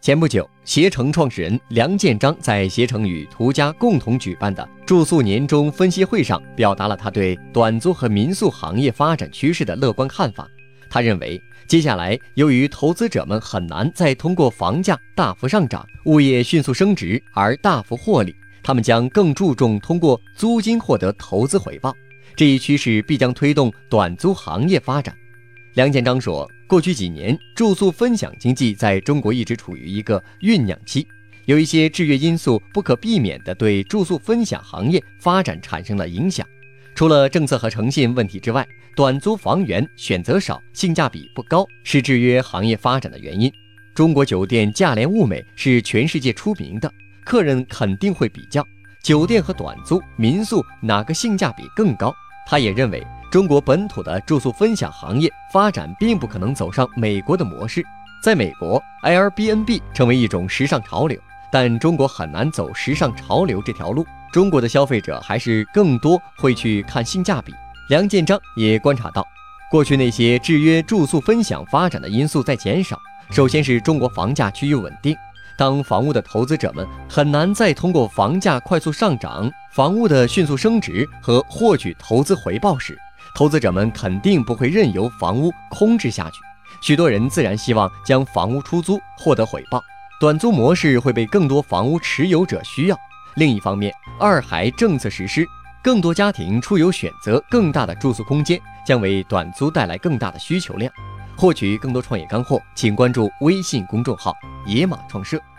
前不久，携程创始人梁建章在携程与途家共同举办的住宿年终分析会上，表达了他对短租和民宿行业发展趋势的乐观看法。他认为，接下来由于投资者们很难再通过房价大幅上涨、物业迅速升值而大幅获利，他们将更注重通过租金获得投资回报。这一趋势必将推动短租行业发展。梁建章说，过去几年，住宿分享经济在中国一直处于一个酝酿期，有一些制约因素不可避免地对住宿分享行业发展产生了影响。除了政策和诚信问题之外，短租房源选择少、性价比不高是制约行业发展的原因。中国酒店价廉物美是全世界出名的，客人肯定会比较酒店和短租、民宿哪个性价比更高。他也认为，中国本土的住宿分享行业发展并不可能走上美国的模式。在美国 ，Airbnb 成为一种时尚潮流，但中国很难走时尚潮流这条路。中国的消费者还是更多会去看性价比。梁建章也观察到，过去那些制约住宿分享发展的因素在减少。首先是中国房价趋于稳定，当房屋的投资者们很难再通过房价快速上涨、房屋的迅速升值和获取投资回报时，投资者们肯定不会任由房屋空置下去，许多人自然希望将房屋出租获得回报，短租模式会被更多房屋持有者需要。另一方面，二孩政策实施，更多家庭出游选择更大的住宿空间，将为短租带来更大的需求量。获取更多创业干货，请关注微信公众号“野马创社”。